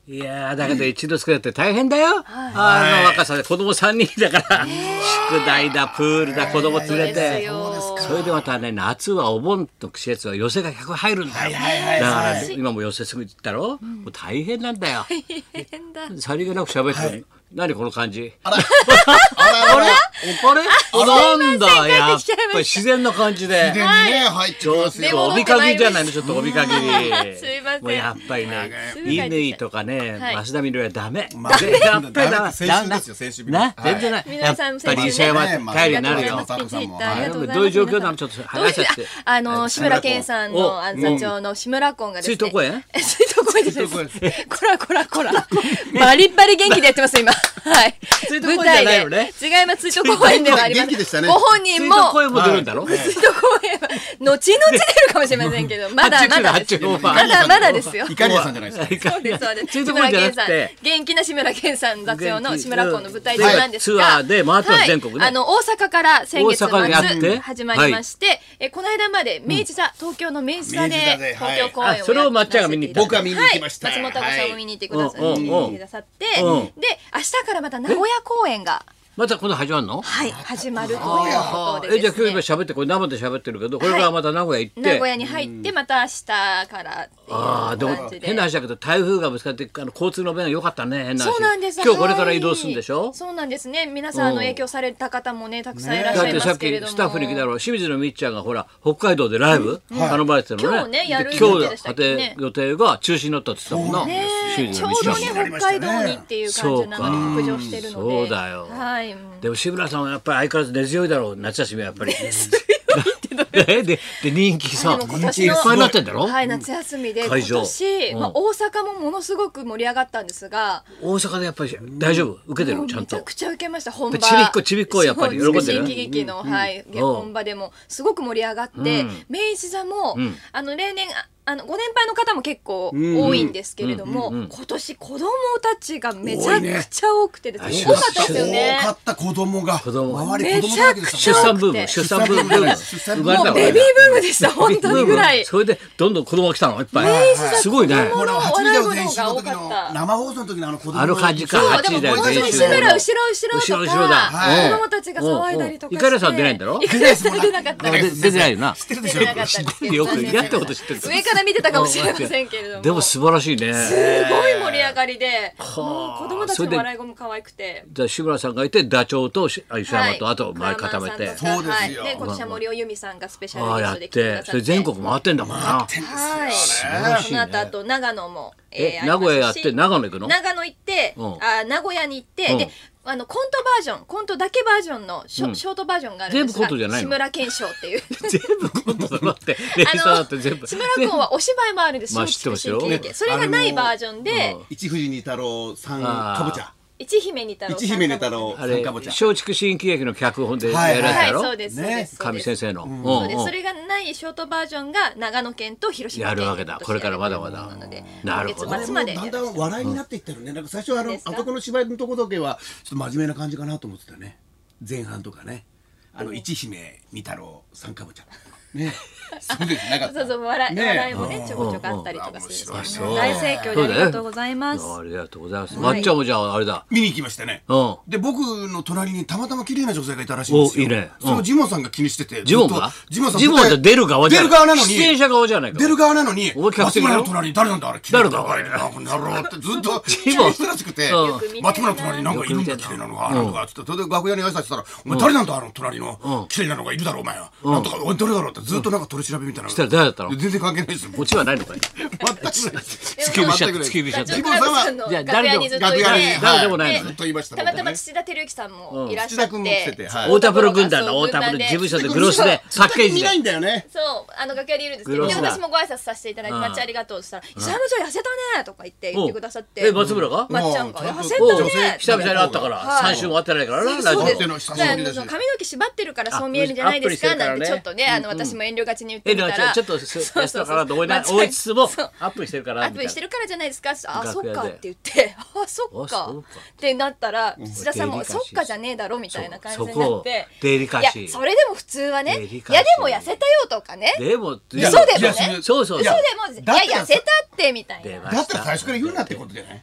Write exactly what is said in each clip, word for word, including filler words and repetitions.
いやーだけど一度作るって大変だよ、あの若さで子供さんにんだから宿題だプールだ子供連れて、それでまたね夏はお盆の季節は寄せが客入るんだよ、だから今も寄せすぐ行ったろ、もう大変なんだよ。 大変だ。 さりげなく喋ってる、何この感じ、 あらあらあらあれなんだ、やっぱり自然な感じで自然にね入ってきますよ。 ちょっと帯かぎじゃないの、ちょっと帯かぎすいません。 もうやっぱりね乾とかねはい増田みろはダメ、 まあやっぱりダメ、 先週ですよ先週日な全然ない、やっ皆さんぱり西山帰りになるよ。 ありがとうございます。ありがとうございます。 どういう状況なの、ちょっと話しちゃって。 あの志村けんさんのあの座長の志村こんがですね。 追悼公演？ 追悼公演です。こらこらこら。バリバリ元気でやってます今。はい。 追悼公演じゃないのね。 違います。追悼公演ではあります。 元気でしたねご本人も追悼公演も出るんだろ。 追悼公演は後々出るかもしれませんけど、まだまだですよ。まだまだですよ。 イカリアさんじゃないですか。 そうですそうです。 追悼公演じゃなくて元気な志村けんさん座長の志村こんの舞台上なんですが、 ツアーで回ってます全国ね。 あの大阪から先月大阪でやって末始まりまして、えこの間まで明治座、東京の明治座明治座でで東京公演をやあそれをまっちゃんが見に行った僕は見に行きましたはい、松本さんも見に行ってくださ,、 はい見に行ってくださって、 うんで明日からまた名古屋公演がまた今度始まるの？ はい始まるということでえじゃあ今日今ですね。 喋ってこれ生で喋ってるけど、これからまた名古屋行って。 名古屋に入ってまた明日からっていうああでも感じで。 変な話だけど台風がぶつかってあの交通の便が良かったね、変な話。 そうなんです。 今日これから移動するんでしょ？ はいそうなんですね。皆さんあの影響された方もねたくさんいらっしだゃいまってさっきすけれども。 スタッフに来たら清水のみっちゃんがほら北海道でライブ頼まれてたのね。 今日ねやるで今日予定でしたっけね果て予定が中止になったって言ってたもんな。 ね清水ちょうのみっちゃんどね北海道にっていう感じなので北上してるので。 そうだよはい。 でも志村さんはやっぱり相変わらず根強いだろう、夏休みはやっぱり。ででで人気さでも今年のいっぱいになってんだろ。 はい夏休みで今会場年、 うんまあ、大阪もものすごく盛り上がったんですが、 大阪でやっぱり大丈夫受けてもうるちゃんと。 めちゃくちゃ受けました本場。 ちびっこちびっこやっぱり喜んでるそう新喜劇の、はい本場でもすごく盛り上がって、 うん明治座も、 んあの例年ああのご年配の方も結構多いんですけれども、 うんうんうん今年子供たちがめちゃ多いねくちゃ多くてですね、 多いね多かったですよね多。かった子供が子供周り子供だらけで出した産ブーム出産ブーム出生産ブームまれたからねもうベビーブームでした本当にぐらい。 それでどんどん子供が来たのいっぱい。すごいね。 これははちじだよ前週の時笑い声の方が多かったの生放送の時のあの子供のあの感じかそうはちじだよでも本当に前週志村後ろ後ろと後ろ後ろだかはい子供たちが騒いだりとかして。 イカリアさん出ないんだろイカリアさん出なかったでです。 出てないよな。 知ってるでしょ出なかったですよくやったこと知ってる。 上から見てたかもしれませんけれども。 でも素晴らしいね。 すごい盛り上がりで、もう子供たちの笑い声も可愛くて。 じゃあ志村さんがいてダチョウとしあ石山とあと周り固めて。 クラマーさんとかそうですよはいで今年は森尾由美さんがスペシャああやっルゲストで来てくださって。 てそれ全国回ってんだもんな。 はい。その後あと長野もえー名古屋やってありますし長野行くの？ 長野行って、 うんあ名古屋に行って、 うんであのコントバージョンコントだけバージョンのショ,、 うんショートバージョンがあるんですが全部コントじゃないの志村けんショーっていう全部コントだろって。レーサーだって全部。 志村君はお芝居もあるんですまあ松竹知ってますよ新喜劇それがないバージョンで、 うん一藤二太郎さんあーかぼちゃ一姫二太郎一姫二太郎あれさんかぼちゃ松竹新喜劇の脚本でやはいはいられたやろ。 そうですそうですそう上です先生の。うんそうですうんそれがないショートバージョンが長野県と広島県やるわけだこれからまだまだなのでなるほど今月末までだんだん笑いになっていったよね。なんか最初はあのですかあそこの芝居のとこだけはちょっと真面目な感じかなと思ってたね。前半とかね。あの一姫二太郎さんかぼちゃ。ね。そうですなんかそうそう笑い、 ね笑いもねちょこちょこあったりとかするんですけどうんうんそう大盛況でありがとうございます。 ありがとうございます。まっちゃんもじゃああれだ。 見に行きましたね。 うん。 で僕の隣にたまたま綺麗な女性がいたらしいんですよ。 おいいねうんそのジモンさんが気にしてて。 ジモンがずっとジモンさん。 ジモンって出る側じゃない出る側なのに。 出演者側じゃないか。 出る側なのに。 お客松席だよ村の隣に誰なんだあれ。 誰だあれ。なんかなろうってずっとジモンしてらしくてうん。 松村の隣になんかいるんだ綺麗なのが。なんとかつってそれで楽屋に挨拶したらお前誰なんだあの隣の綺麗なのがいるだろうお前は。なんとかおいどれだろうってずっとなんか取り調べみたいな。 したら誰だったの？ 全然関係ないですよ。 オチはないのかい？ 全くないです。 突き指しちゃった突き指しちゃったジモンさんはのじゃあ楽屋にずっといて楽屋に誰でもないのねずっと言いましたたまたまね。 土田照之さんもいらっしゃって、 土田君も来ててはい太田プロ軍団のそう太田プロ軍団で事務所でグロスでパッケージ見ないで。 んだよね。 そうあの楽屋にいるんですけどでグロスだ私もご挨拶させていただいてうん抹茶ありがとうって言ったら「石山ちゃん痩せたね」とか言って言ってくださってえ松村が？ まっちゃんがうん痩せおうたね久々に会ったからはい三週も会ってないからな。ラジオそうです会ってない久しぶりだからですその髪の毛縛ってるからそう見えるんじゃないですかアップにしてるからねなんてちょっとねあの私も遠慮がちに言ってえでもみたらちょっと痩せたからと思いなまっちゃん思いつつもそうアップにしてるからアッみたいなプしてるからじゃないですかあそ楽屋でっかって言ってあそっかあそうかってなったら土田さんもデリカシーそっかじゃねえだろみたいな感じにそそこなってデリカシーいやそれでも普通はねいデリカシーやでも痩せたよとかねでも嘘でもねいやそうそうそう。 嘘でもいだったらや痩せたってみたいな出まだったら最初から言うなってことじゃない。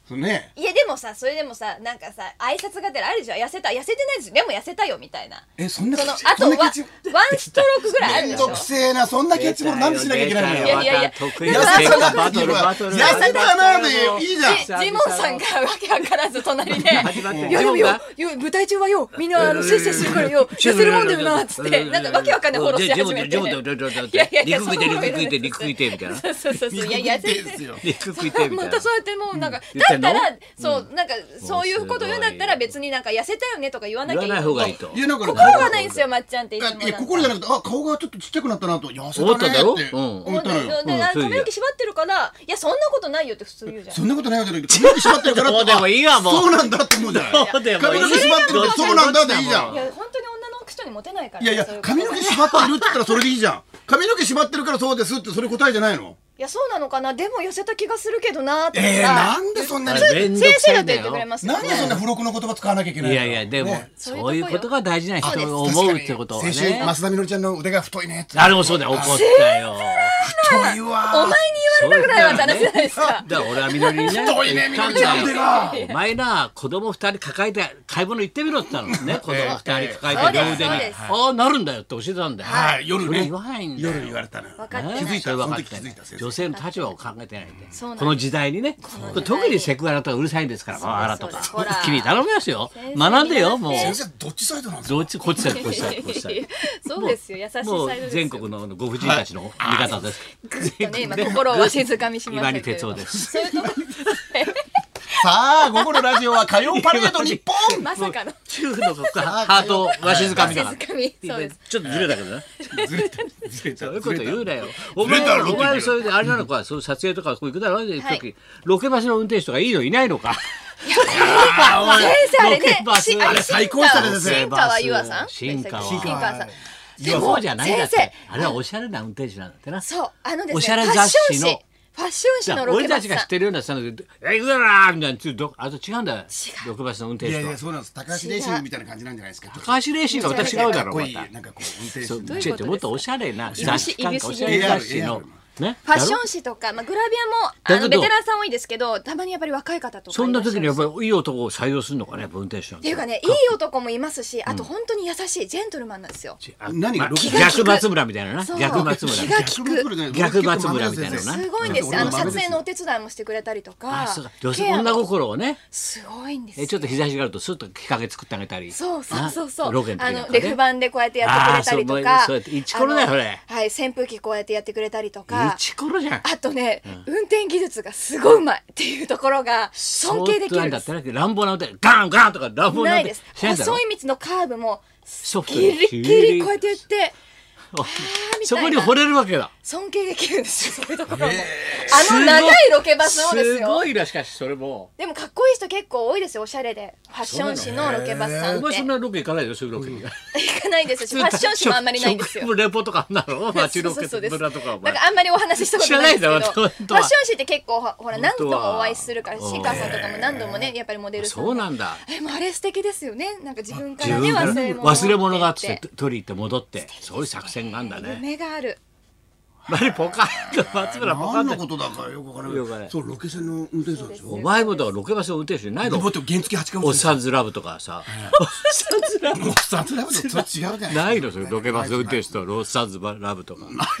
そうね。 いやでもさそれでもさなんかさ挨拶がてらあるじゃん痩せた痩せてないですよでも痩せたよみたいなえそんなそのあそとワンワンんなキャッチストロークぐらいあるでしょめんどくせえなそんなキャッチボールなんでしなきゃいけないのよ。 いやいやいや得意痩な結果せたなバトルバトル。 痩せたなでいいじゃん。 ジジモンさんがわけわからず隣で始まってるいやでもよジよ舞台中はよみんなあのせっせするからよ痩せるもんだよなっつってなんかわけわかんないフォローし始めてジムでジムでジムでいやいやいや肉食いて肉食いて肉食いてみたいな。 そうそうそうそういやいや全然ですよ。 肉食いてみたいなまた。そうやってもうなんか、 言ってんのだったらそうなんかそういうこと言うんだったら別になんか痩せたよねとか言わなきゃいい言わない方がいいと。 いやなんか心がないんですよまっちゃんっていつもなんかいや心じゃなくてあ顔がちょっとちっちゃくなったなと痩せ思っただろたねってうん思ったのよ。 で、 うんあ髪の毛縛ってるからいやそんなことないよって普通言うじゃんそんなことないわけだけど髪の毛縛ってるからってどうでもいいわもうそうなんだって思うじゃない。 そうでもいい髪の毛縛ってるってそうなんだでいいじゃん。 いや本当に女の人にモテないからいやいやそううこと髪の毛縛ってるって言ったらそれでいいじゃん。髪の毛縛ってるからそうですってそれ答えじゃないの。 いやそうなのかなでも痩せた気がするけどなってえー、なんでそんなにあれめんどく先生だって言ってさいんだよくれますよねなんでそんな付録の言葉使わなきゃいけないの。 いやいやでもねそういうことが大事な人を思うってことは先週ね。 増田みのりちゃんの腕が太いねって。 あれもそうだよ怒ったよ。 太いわ。 お前に言われたぐらいはって話じゃないですかだから俺はみのりにね。 太いねみのりちゃん腕が。 お前な子供二人抱えて買い物行ってみろって言ったのね子供二人抱えて両腕そうにですそうですああなるんだよって教えたんだよ。 はい夜ねそれ言わないんだよ。 夜言われたのよ。 分かってない気づいたそれ分かってその時気づいた先生女性の立場を考えてないんでそうなんですこの時代にねの時代特にセクハラとかうるさいんですからパワハラとかそうです君頼みますよ先生学んでよもう先生どっちサイドなんですか。 どっちこっちだこっちだこっちだそうですよ優しいサイもうドですよ全国のご婦人たちの味方ですぐっとね今心をわしづかみしま今にしたけれど哲夫ですそういうとこさあ午後のラジオは火曜パレード日本。 まさかの中のここハートわしづかみだからわしづかみそうですちょっとずれたけどねずれたずれたそういうこと言うなよお前ずれたらお前それであれなのかそういう撮影とかこう行くだろ行く時ロケバスの運転手とかいいのいないのか先生あれねロケバスしあれ最高したですね新川優愛さん新川新川さんでもそうじゃないんだっ先て生あれはおしゃれな運転手なんだってなそうあのですねおしゃれ雑誌のファッション誌のロ俺たケバスさんちが知ってるようなさ「えうわら!」みたいなどあと違うんだよロケバスの運転い手とはやいやそうなんです。高橋レーシングみたいな感じなんじゃないですか。 高橋レーシングがまた違うだろかっこいいまたなんかこう運転手そうのどういうことですか違う違うもっとおしゃれなし雑誌感かおしゃれ雑誌のねファッション誌とか、まあ、グラビアもあだけどのベテランさん多いですけどたまにやっぱり若い方とかそんな時にやっぱりりいい男を採用するのかねやっぱ運転手なんっていうかねいい男もいますしあと本当に優しいジェントルマンなんですよまあ何がロケ逆松村みたいななそう逆松村気が利く逆松村みたいなのなすごいんですよあの撮影のお手手伝いもしてくれたりとかあそうか女性ケアも女心をねすごいんですよえちょっと日差しがあるとスッと日陰作ってあげたりそうそうそうそうなロケの時あなんかねのレフ板でこうやってやってくれたりとあーかそうそうやってイチコロだよあのそれはい扇風機こうやってやってくれたりとかイチコロじゃんあとね、運転技術がすごいうまいっていうところが尊敬できるんですだったら乱暴な運転ガンガンとか乱暴な運転ないですしないんだろ細い道のカーブもソフトギリギリこうやってやってみたいなそこに惚れるわけだ尊敬できるんですよそういうところもあの長いロケバスをですすよごいなしかしそれもでもかっこいい人結構多いですよおしゃれでファッション誌のロケバスさんってお前そんなロケ行かないよそういうロケに行かないですしファッション誌もあんまりないんですよ食食レポとかあんなの街ロケそうそうそうです村とかお前なんかあんまりお話ししたことないんですけど知らないんだファッシ本当はョン誌って結構ほら何度もお会いするから本当はシーカーさんとかも何度もねやっぱりモデルさんでそうなんだえもうあれ素敵ですよねなんか自分か自らね分から忘れ物忘れ物があっ持って取り行って戻ってそういう作戦があるんだね夢がある何ポカンと松村ポカンと何のことだかよくわからよくわからないない。そうロケ船の運転手なんでしょ。 お前もだからロケバスの運転手じゃないのもっと原付八冠おっさんずラブとかさおっさんずラブもうさすがとそれ違うじゃない。 ないのそれロケバス運転手とロッサンズラブとか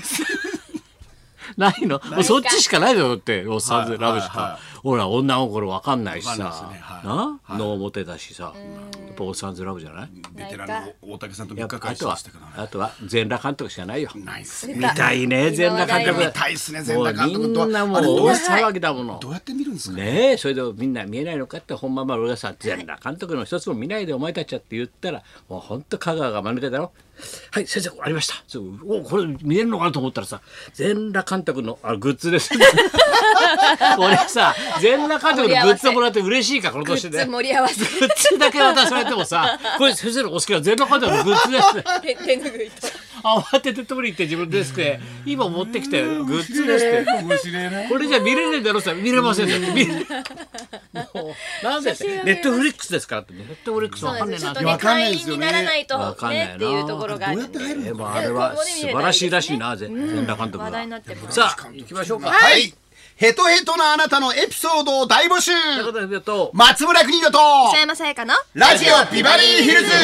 ないのもうそっちしかないだろってロッサンズラブしはいはいはかほら女心わかんないしわかんないさですねはいなはいノーモテだしさやっぱオッサンズラブじゃないベテランの大竹さんと三やっ日会しぱあとはましたからね。 あとは全裸監督しかないよナイス。 見たいね全裸監督見たいっすね全もう裸監督みんなもうあれどう大やって騒ぎだものどうやって見るんですかね。 ねえそれでみんな見えないのかって本番まで俺がさ全裸監督の一つも見ないでお前たちはって言ったらもうほんと香川が間抜けだろはい先生ありましたそうおこれ見えるのかなと思ったらさ全裸監督のあグッズです俺さ全裸監督のグッズをもらって嬉しいかこの年でグッズ盛り合わせグッズだけ渡されてもさこれ先生のお好きな全裸監督のグッズですね手手ぬぐいと慌てて取りに行って自分のデスクへ今持ってきてグッズですって面白いね。 これじゃ見れないだろうさ見れませんだって見れもうなんでってネットフリックスですからってネットフリックスわかんねえなってちょっとねわかんない会員ですよねにならないとわかんないなねっていうところがあるんでどうやって入るでもあれは素晴らしいらしいな全全裸監督が話題になってますさあ行きましょうかはい。 ヘトヘトなあなたのエピソードを大募集。 ということでと松村邦洋と北山さやかのラジオビバリーヒルズ。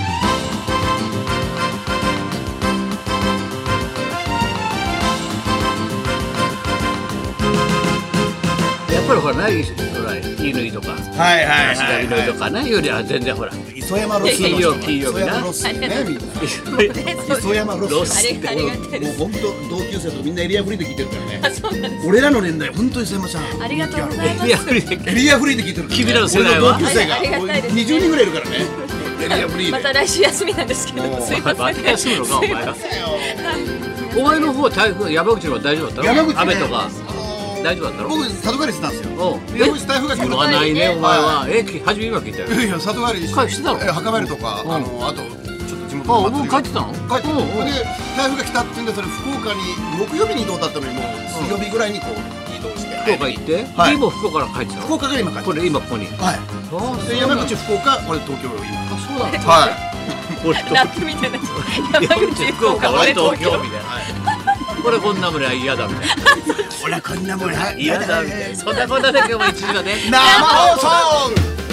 やっぱりほらないほら乾とかはいはい足が乾とかねよりは全然ほら磯山ロスの金曜金曜日な磯山ロスねみんな磯山ロスロスありがたいもう本当同級生とみんなエリアフリーで聞いてるからね。 あ、そうなんです俺らの年代本当に磯山ちゃんありがとうございますいや無理でエリアフリーで聞いてるからね。 君らの世代は俺の同級生がありがたいですねにじゅうにんぐらいいるからね。エリアフリーでまた来週休みなんですけどもうすいませんまた休むのかお前はお前の方台風山口の方大丈夫だったの山口ね雨とか大丈夫だったの僕里帰りしてたんですよ。 おう山口台風が来言わないねお前はえ初め今聞いたよいやいや里帰り帰してたのえ墓参りとかうんあのあとちょっと地元あの祭りもう帰ってたの帰ってたうんうんで台風が来たっていうんでそれ福岡に木曜日に移動だったのにもう水曜日ぐらいにこう移動して福岡行ってはい今福岡から帰ってたの福岡から今帰ってこれ今ここにはいあで山口福岡これ東京今あそうなんだはい俺ラップみたいな山口福岡俺俺東京東京みたいなこれこんな村嫌だみたいな俺こんなもん嫌だみたいなそんなことで今日も一時だね生放送